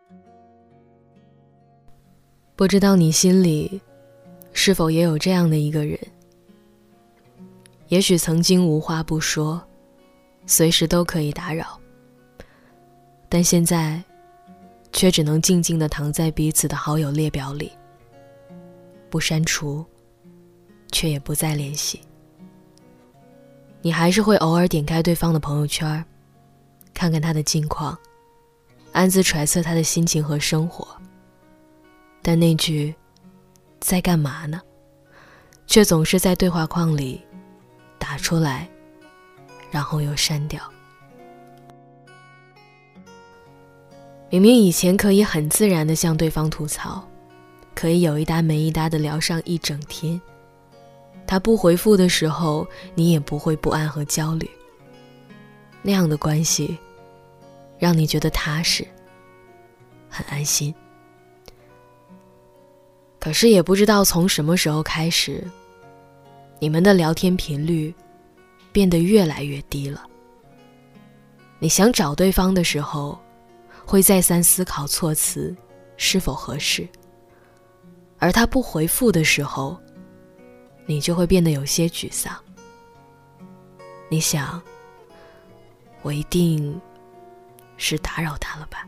不知道你心里是否也有这样的一个人，也许曾经无话不说，随时都可以打扰，但现在却只能静静地躺在彼此的好友列表里，不删除，却也不再联系。你还是会偶尔点开对方的朋友圈，看看他的近况，暗自揣测他的心情和生活，但那句在干嘛呢，却总是在对话框里打出来，然后又删掉。明明以前可以很自然地向对方吐槽，可以有一搭没一搭地聊上一整天，他不回复的时候，你也不会不安和焦虑。那样的关系让你觉得踏实，很安心。可是也不知道从什么时候开始，你们的聊天频率变得越来越低了。你想找对方的时候，会再三思考措辞是否合适，而他不回复的时候，你就会变得有些沮丧。你想，我一定是打扰他了吧？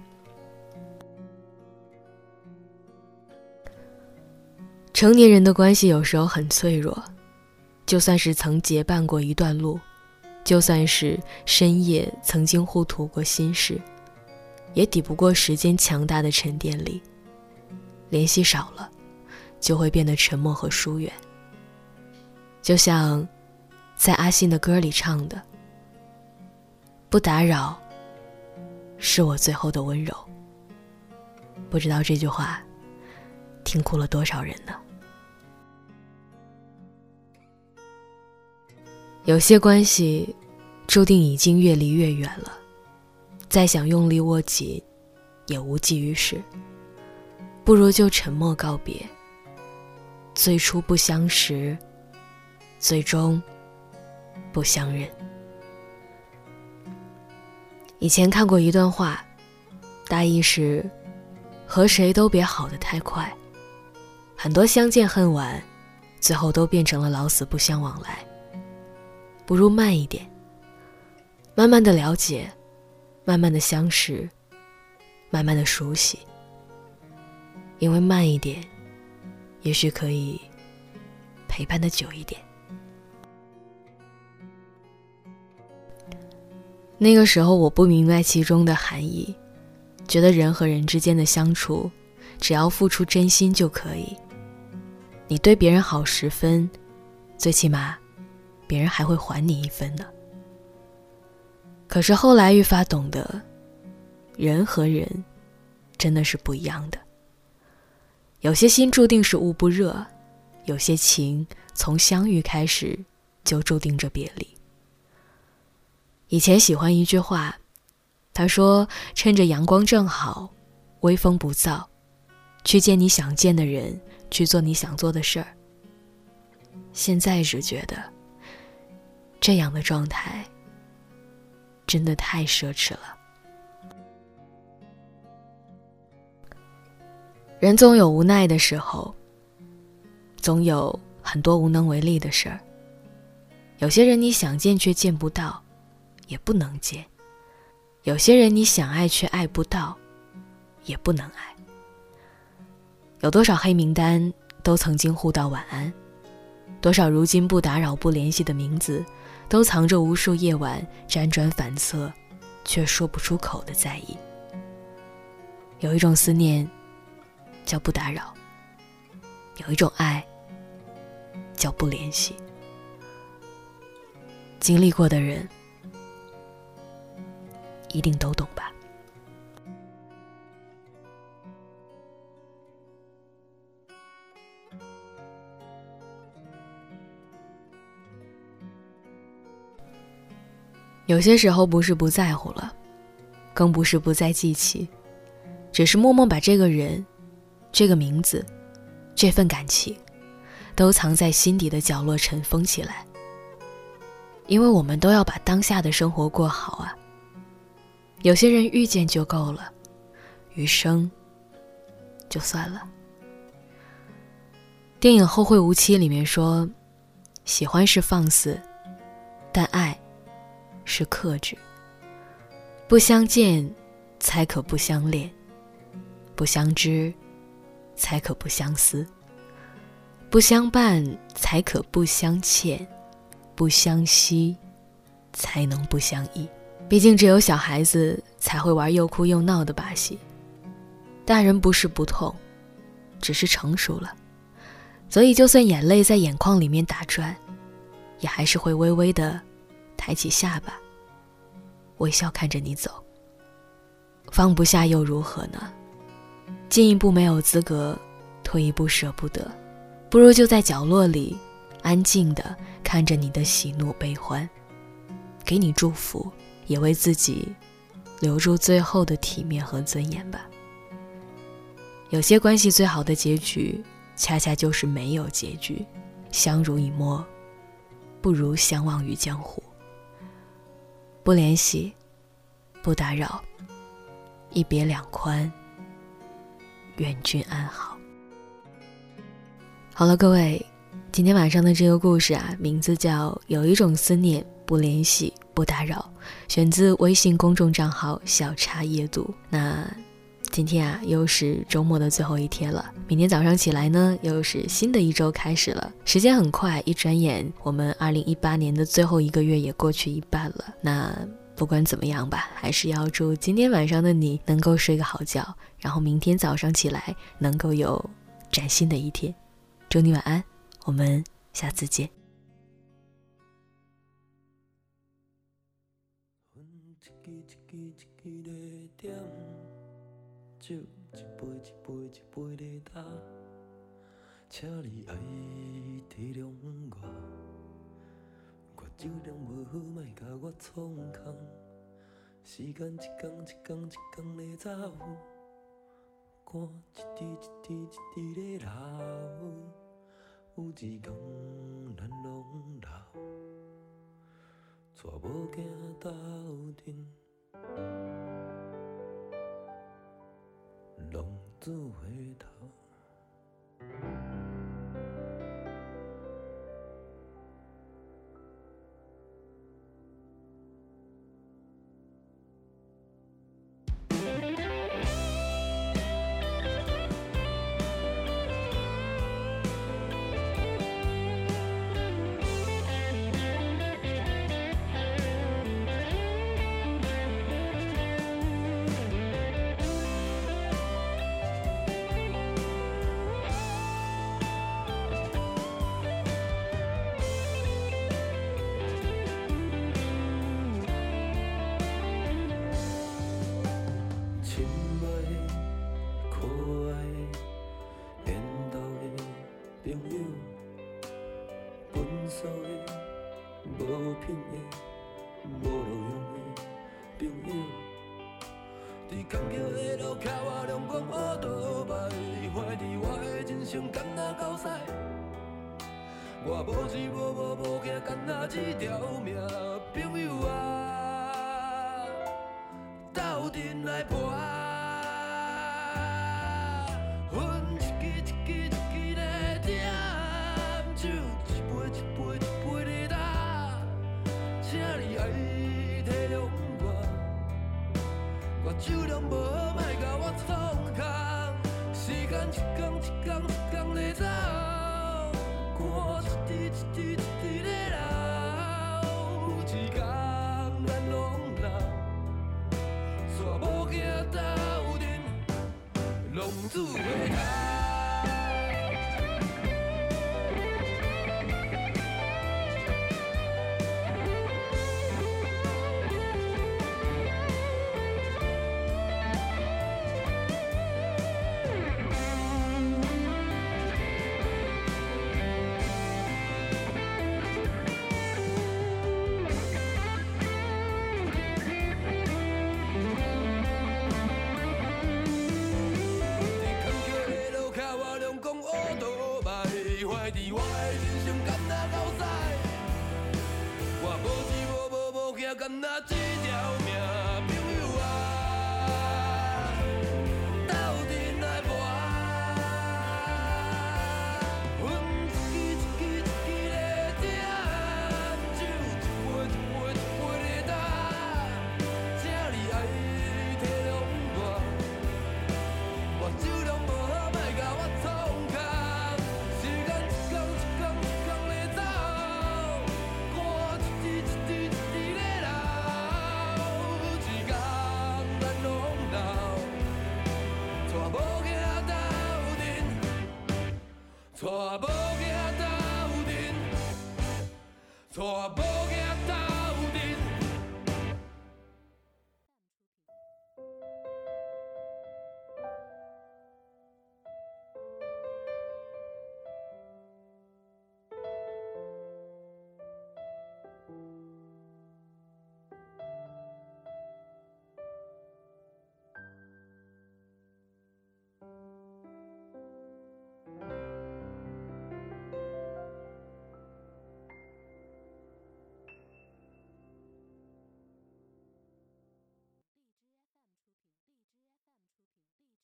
成年人的关系有时候很脆弱，就算是曾结伴过一段路，就算是深夜曾经互吐过心事，也抵不过时间强大的沉淀力。联系少了，就会变得沉默和疏远。就像在阿信的歌里唱的，不打扰是我最后的温柔。不知道这句话听哭了多少人呢？有些关系注定已经越离越远了，再想用力握紧也无济于事，不如就沉默告别。最初不相识，最终不相认。以前看过一段话，大意是和谁都别好得太快，很多相见恨晚，最后都变成了老死不相往来。不如慢一点，慢慢的了解，慢慢的相识，慢慢的熟悉。因为慢一点，也许可以陪伴的久一点。那个时候我不明白其中的含义，觉得人和人之间的相处，只要付出真心就可以。你对别人好10分，最起码别人还会还你1分呢。可是后来愈发懂得，人和人真的是不一样的。有些心注定是捂不热，有些情从相遇开始就注定着别离。以前喜欢一句话，他说，趁着阳光正好，微风不燥，去见你想见的人，去做你想做的事儿。现在只觉得这样的状态真的太奢侈了。人总有无奈的时候，总有很多无能为力的事儿。有些人你想见却见不到，也不能见；有些人你想爱却爱不到，也不能爱。有多少黑名单都曾经互道晚安，多少如今不打扰不联系的名字，都藏着无数夜晚辗转反侧却说不出口的在意。有一种思念叫不打扰，有一种爱叫不联系。经历过的人一定都懂吧。有些时候不是不在乎了，更不是不再记起，只是默默把这个人、这个名字、这份感情都藏在心底的角落尘封起来。因为我们都要把当下的生活过好啊。有些人遇见就够了， 余生就算了。电影《后会无期》里面说，喜欢是放肆，但爱是克制。不相见才可不相恋，不相知才可不相思，不相伴才可不相欠，不相惜才能不相依。毕竟只有小孩子才会玩又哭又闹的把戏，大人不是不痛，只是成熟了，所以就算眼泪在眼眶里面打转，也还是会微微地抬起下巴，微笑看着你走。放不下又如何呢？进一步没有资格，退一步舍不得，不如就在角落里安静地看着你的喜怒悲欢，给你祝福，也为自己留住最后的体面和尊严吧。有些关系最好的结局，恰恰就是没有结局，相濡以沫，不如相忘于江湖。不联系，不打扰，一别两宽，愿君安好。好了，各位，今天晚上的这个故事啊，名字叫《有一种思念，不联系，不打扰》，选自微信公众账号小茶夜读。那今天啊，又是周末的最后一天了，明天早上起来呢，又是新的一周开始了。时间很快，一转眼我们2018年的最后一个月也过去一半了。那不管怎么样吧，还是要祝今天晚上的你能够睡个好觉，然后明天早上起来能够有崭新的一天。祝你晚安，我们下次见。 酒一杯一杯一杯在打，请你爱体谅我，我酒量无好，莫甲我创空。时间一天一天一天在走，汗一滴一滴一滴在流，有一天咱拢老，带某囝斗阵。浪子回头。朋友，本数的，无品的，无路用的朋友，伫坎坷的路徛我阳光乌倒摆，怀疑我的人生敢若狗屎，我无钱无囝，敢若一条命，朋友啊，斗阵来搏。酒量无好，莫甲我创空。时间一天一天一天在走，汗一滴一滴一滴在流。有一天咱拢老，带某囝斗阵，浪子回头。怀疑我的